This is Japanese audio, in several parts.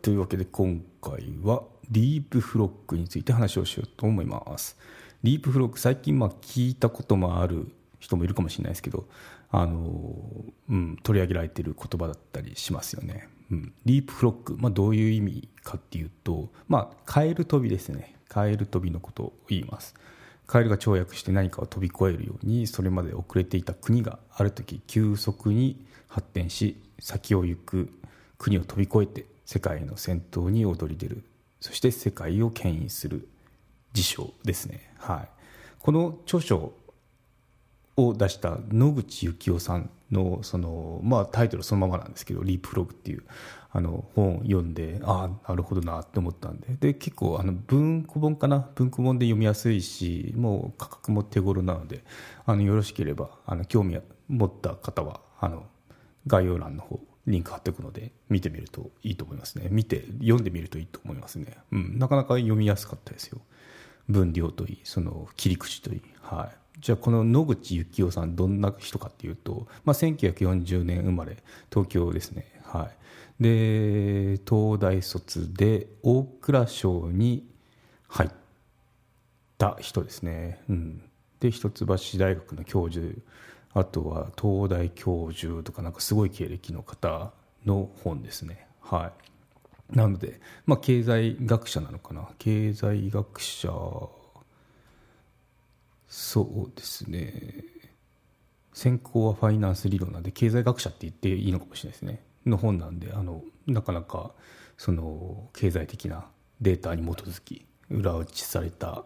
というわけで今回はディープフロックについて話をしようと思います。ディープフロック、最近聞いたこともある人もいるかもしれないですけど、取り上げられている言葉だったりしますよね。ディープフロック、どういう意味かっていうと、カエル飛びですね。カエル飛びのことを言います。カエルが跳躍して何かを飛び越えるように、それまで遅れていた国がある時急速に発展し、先を行く国を飛び越えて世界の先頭に躍り出る、そして世界を牽引する事象ですね。この著書を出した野口幸雄さんのタイトルそのままなんですけど、リープフロッグっていう本を読んで、なるほどなって思ったんで、結構文庫本かな、文庫本で読みやすいし、もう価格も手頃なので、よろしければ興味を持った方は概要欄の方リンク貼っておくので見てみるといいと思いますね。読んでみるといいと思いますね。なかなか読みやすかったですよ。分量といい、その切り口といい。じゃあこの野口幸雄さんどんな人かっていうと、1940年生まれ、東京ですね。で東大卒で大蔵省に入った人ですね。で一橋大学の教授、あとは東大教授とか、すごい経歴の方の本ですね。なので、経済学者なのかな、経済学者、そうですね、専攻はファイナンス理論なんで経済学者って言っていいのかもしれないですねの本なんで、なかなかその経済的なデータに基づき裏打ちされた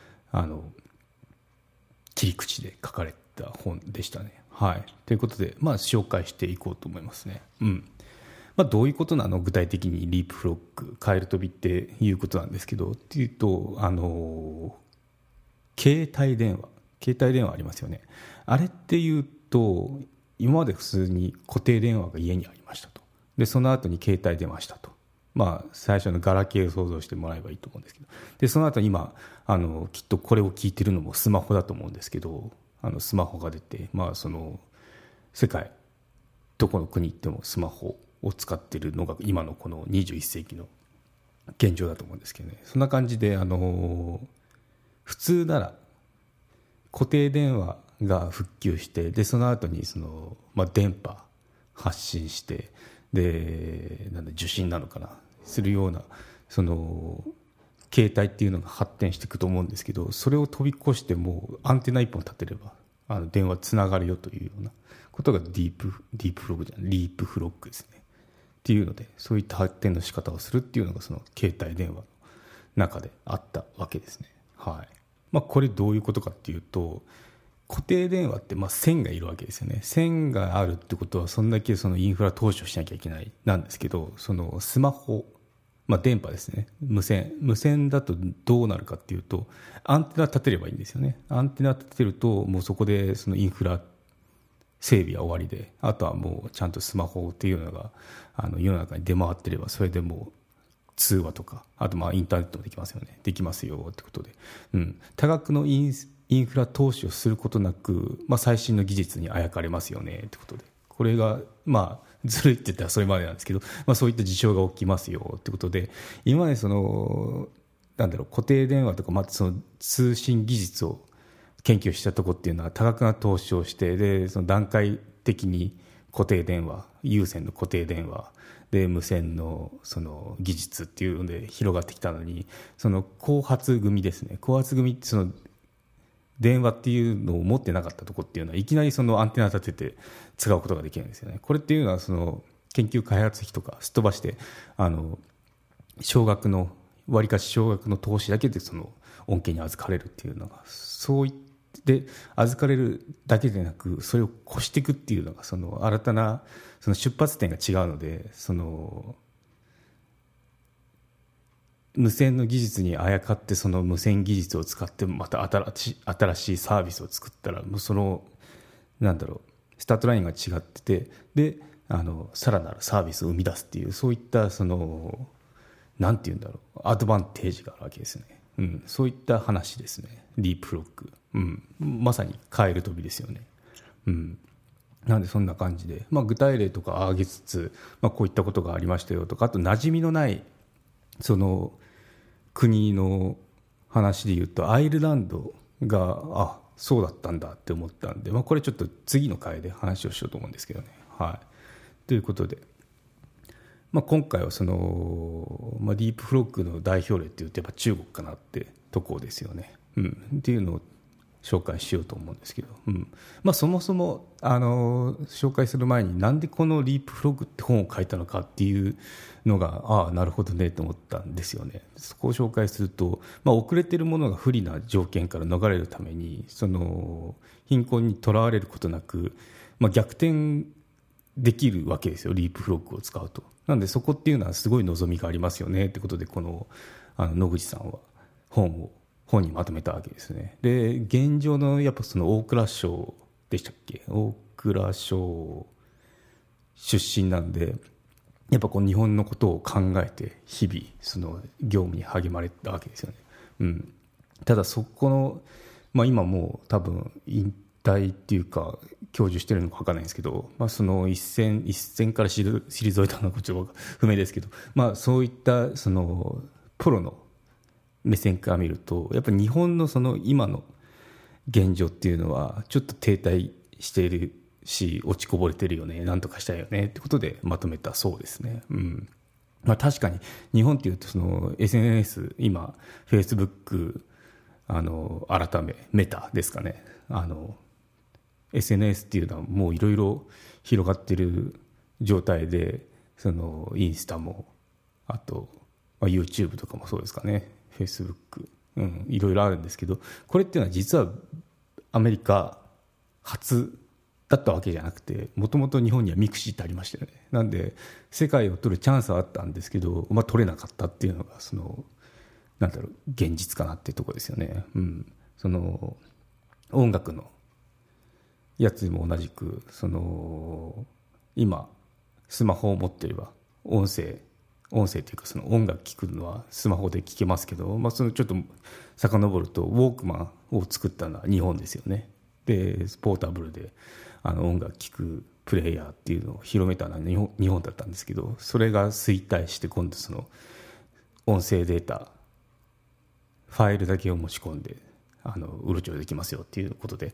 切り口で書かれた本でしたね。ということで、紹介していこうと思いますね。どういうことなの、具体的にリープフロッグ、カエル飛びっていうことなんですけど、っていうと携帯電話ありますよね。あれっていうと、今まで普通に固定電話が家にありましたと。でその後に携帯電話したと。最初のガラケーを想像してもらえばいいと思うんですけど、でその後に今きっとこれを聞いてるのもスマホだと思うんですけど、スマホが出て、その世界どこの国行ってもスマホを使っているのが今のこの21世紀の現状だと思うんですけどね。そんな感じで普通なら固定電話が復旧して、でその後に電波発信して、で受信なのかなするような携帯っていうのが発展していくと思うんですけど、それを飛び越してもうアンテナ1本立てれば電話つながるよというようなことがディープフロッグじゃない、リープフロッグですねっていうので、そういった発展の仕方をするっていうのがその携帯電話の中であったわけですね。これどういうことかっていうと、固定電話って線がいるわけですよね。線があるってことはそんだけそのインフラ投資をしなきゃいけないなんですけど、そのスマホ、電波ですね、無線だとどうなるかっていうと、アンテナ立てればいいんですよね。アンテナ立てるともうそこでそのインフラ整備は終わりで、あとはもうちゃんとスマホっていうのが世の中に出回ってれば、それでもう通話とか、あとインターネットもできますよね。できますよってことで、多額のインフラ投資をすることなく、最新の技術にあやかれますよねってことで、これがずるいって言ったらそれまでなんですけど、そういった事象が起きますよってことで、今まで固定電話とか、その通信技術を研究したところっていうのは多額な投資をして、でその段階的に固定電話、有線の固定電話で無線のその技術っていうので広がってきたのに、その後発組ですね、後発組ってその電話っていうのを持ってなかったところっていうのは、いきなりそのアンテナ立てて使うことができるんですよね。これっていうのはその研究開発費とかすっ飛ばして、わりかし少額の投資だけでその恩恵に預かれるっていうのが、そういって預かれるだけでなく、それを越していくっていうのが、その新たなその出発点が違うので、その無線の技術にあやかって、その無線技術を使ってまた新しいサービスを作ったら、もうそのスタートラインが違ってて、でさらなるサービスを生み出すっていう、そういったなんていうんだろう、アドバンテージがあるわけですね。そういった話ですね、ディープフロッグ。まさにカエル飛びですよね。なんでそんな感じで、具体例とか挙げつつ、こういったことがありましたよとか、あと馴染みのないその国の話で言うとアイルランドがそうだったんだって思ったんで、これちょっと次の回で話をしようと思うんですけどね。はい、ということで、今回はその、ディープフロッグの代表例っていうとやっぱ中国かなってとこですよね、っていうのを紹介しようと思うんですけど、そもそも紹介する前になんでこのリープフロッグって本を書いたのかっていうのがなるほどねと思ったんですよね。そこを紹介すると、遅れているものが不利な条件から逃れるためにその貧困にとらわれることなく、逆転できるわけですよ、リープフロッグを使うと。なんでそこっていうのはすごい望みがありますよねってことで、この野口さんは本にまとめたわけですね。で現状のやっぱその大蔵省でしたっけ、大蔵省出身なんで、やっぱこう日本のことを考えて日々その業務に励まれたわけですよね。ただそこの、今もう多分引退っていうか享受してるのか分からないんですけど、その一線から退いたのかちょっと不明ですけど、そういったそのプロの目線から見るとやっぱり日本のその今の現状っていうのはちょっと停滞しているし落ちこぼれてるよね、なんとかしたいよねってことでまとめたそうですね。確かに日本っていうとその SNS 今 Facebook 改めメタですかね、SNS っていうのはもういろいろ広がってる状態で、そのインスタもあと、YouTube とかもそうですかね、Facebook、いろいろあるんですけど、これっていうのは実はアメリカ初だったわけじゃなくて、もともと日本にはミクシーってありましたよね。なんで世界を取るチャンスはあったんですけど、取れなかったっていうのがその現実かなっていうところですよね。その音楽のやつも同じく、その今スマホを持ってれば音声っていうかその音楽聴くのはスマホで聴けますけど、そのちょっと遡るとウォークマンを作ったのは日本ですよね。でポータブルで音楽聴くプレイヤーっていうのを広めたのは日本だったんですけど、それが衰退して今度その音声データファイルだけを持ち込んでうろちょろできますよっていうことで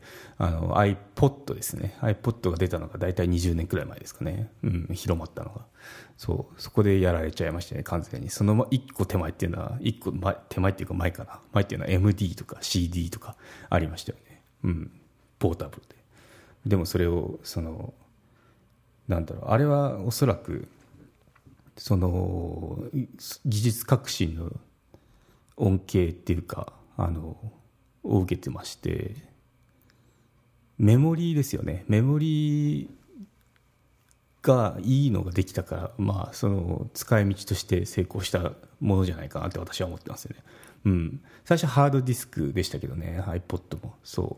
iPod ですね、 iPod が出たのが大体20年くらい前ですかね、広まったのが。そこでやられちゃいましたね、完全に。その1個手前っていうのは1個手前っていうか前っていうのは MD とか CD とかありましたよね。ポータブルで。でもそれをあれはおそらくその技術革新の恩恵っていうかを受けてまして、メモリーですよね。メモリーがいいのができたから、その使い道として成功したものじゃないかなって私は思ってますよね。最初ハードディスクでしたけどね、 iPod もそう。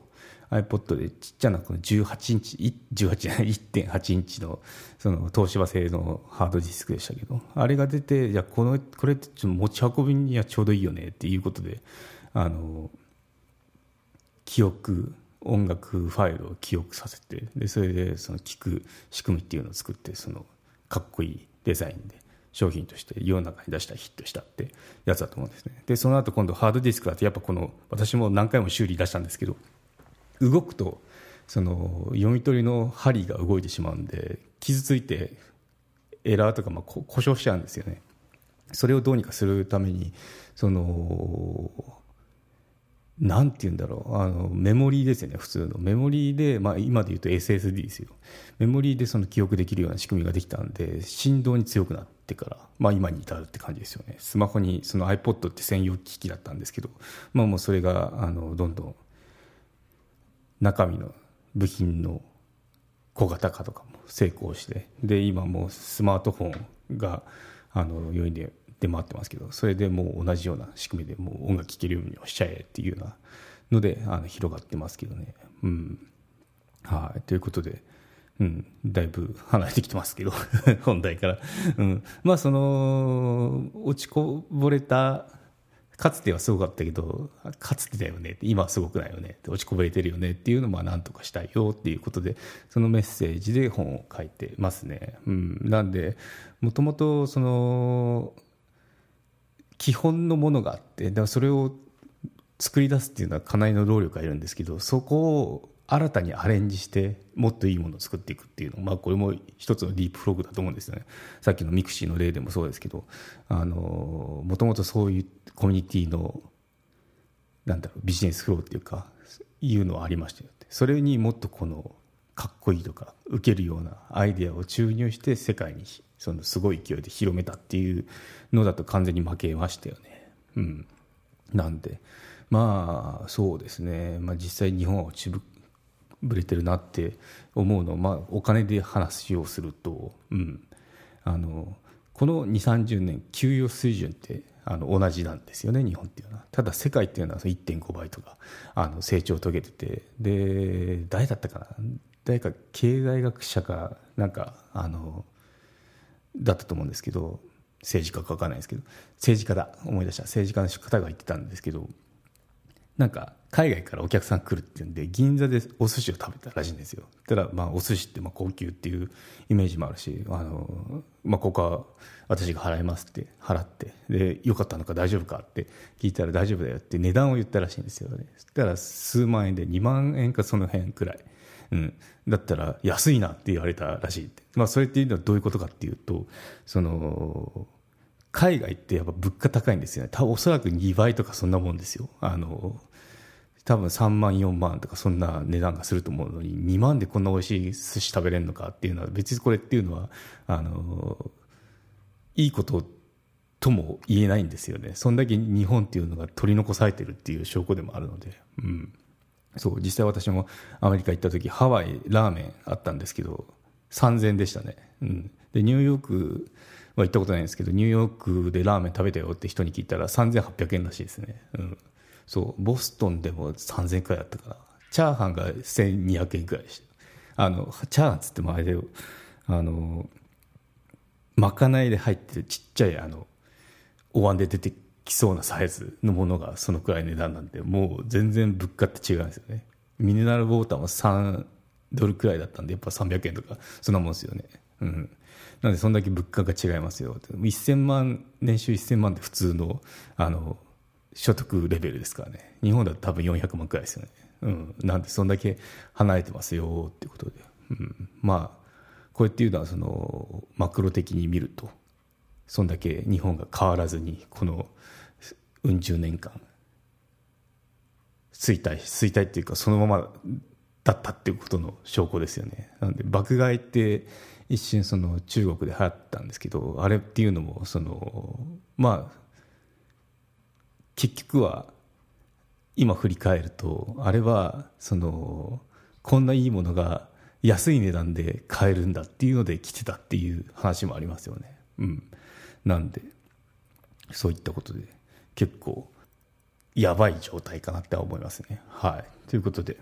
iPod でちっちゃなこの18インチ18じゃない 1.8 インチのその東芝製のハードディスクでしたけど、あれが出て、じゃあこれってちょっと持ち運びにはちょうどいいよねっていうことで音楽ファイルを記憶させて、でそれでその聞く仕組みっていうのを作って、そのかっこいいデザインで商品として世の中に出したらヒットしたってやつだと思うんですね。でその後今度ハードディスクだとやっぱ私も何回も修理出したんですけど、動くとその読み取りの針が動いてしまうんで傷ついてエラーとか故障しちゃうんですよね。それをどうにかするためになんて言うんだろう、メモリーですよね。普通のメモリーで、今で言うと SSD ですよ。メモリーでその記憶できるような仕組みができたんで、振動に強くなってから、今に至るって感じですよね。スマホにその iPod って専用機器だったんですけど、もうそれがどんどん中身の部品の小型化とかも成功して、で今もうスマートフォンが世に出回ってますけど、それでもう同じような仕組みでもう音楽聴けるようにしちゃえっていうようなので広がってますけどね。ということで、だいぶ離れてきてますけど本題から、その落ちこぼれた、かつてはすごかったけどかつてだよねって、今はすごくないよねって、落ちこぼれてるよねっていうのをなんとかしたいよっていうことで、そのメッセージで本を書いてますね。なんでもともとその基本のものがあって、だからそれを作り出すっていうのはかなりの労力がいるんですけど、そこを新たにアレンジしてもっといいものを作っていくっていうの、これも一つのディープフログだと思うんですよね。さっきのミクシーの例でもそうですけど、もともとそういうコミュニティのビジネスフローっていうかいうのはありましたよ。それにもっとこのかっこいいとか受けるようなアイデアを注入して世界にそのすごい勢いで広めたっていうのだと完全に負けましたよね。なんでそうですね、実際日本は落ちぶれてるなって思うのは、お金で話をすると、この2、30年給与水準って同じなんですよね、日本っていうのは。ただ世界っていうのは 1.5 倍とか成長を遂げてて、で誰だったかな、誰か経済学者かだったと思うんですけど、政治家か分からないですけど、政治家の方が言ってたんですけど、海外からお客さん来るっていうんで銀座でお寿司を食べたらしいんですよ。ただお寿司って高級っていうイメージもあるし、ここは私が払いますって払って、でよかったのか大丈夫かって聞いたら大丈夫だよって値段を言ったらしいんですよね。だから数万円で2万円かその辺くらい、だったら安いなって言われたらしいって。それっていうのはどういうことかっていうと、海外ってやっぱ物価高いんですよね。おそらく2倍とかそんなもんですよ。多分3万4万とかそんな値段がすると思うのに、2万でこんな美味しい寿司食べれるのかっていうのは、別にこれっていうのはいいこととも言えないんですよね。そんだけ日本っていうのが取り残されてるっていう証拠でもあるので、そう実際私もアメリカ行った時ハワイラーメンあったんですけど3000円でしたね。でニューヨークは行ったことないんですけど、ニューヨークでラーメン食べたよって人に聞いたら3800円らしいですね。そうボストンでも3000円くらいだったかな。チャーハンが1200円くらいでした。チャーハンっつってもあれでまかないで入ってるちっちゃいお椀で出てきそうなサイズのものがそのくらい値段なんで、もう全然物価って違うんですよね。ミネラルウォーターも3ドルくらいだったんでやっぱ300円とかそんなもんですよね。なのでそんだけ物価が違いますよ。1000万年収1000万で普通の所得レベルですからね。日本だと多分400万くらいですよね。なんでそんだけ離れてますよっていうことで、これっていうのはそのマクロ的に見るとそんだけ日本が変わらずにこのうん十年間衰退っていうかそのままだったっていうことの証拠ですよね。なので爆買いって一瞬その中国で流行ったんですけど、あれっていうのも結局は今振り返るとあれはこんないいものが安い値段で買えるんだっていうので来てたっていう話もありますよね。なんでそういったことで結構やばい状態かなって思いますね。ということで、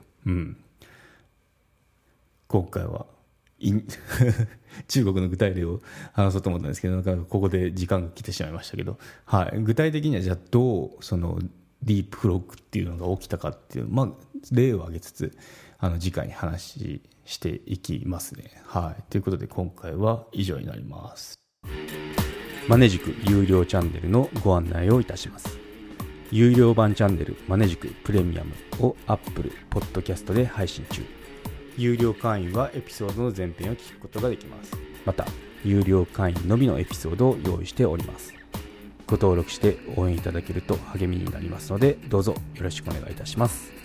今回は中国の具体例を話そうと思ったんですけど、ここで時間が来てしまいましたけど、具体的にはじゃあどうそのディープフロッグっていうのが起きたかっていう、例を挙げつつ次回に話していきますね。ということで今回は以上になります。マネジク有料チャンネルのご案内をいたします。有料版チャンネルマネジクプレミアムを Apple Podcast で配信中。有料会員はエピソードの前編を聞くことができます。また有料会員のみのエピソードを用意しております。ご登録して応援いただけると励みになりますので、どうぞよろしくお願いいたします。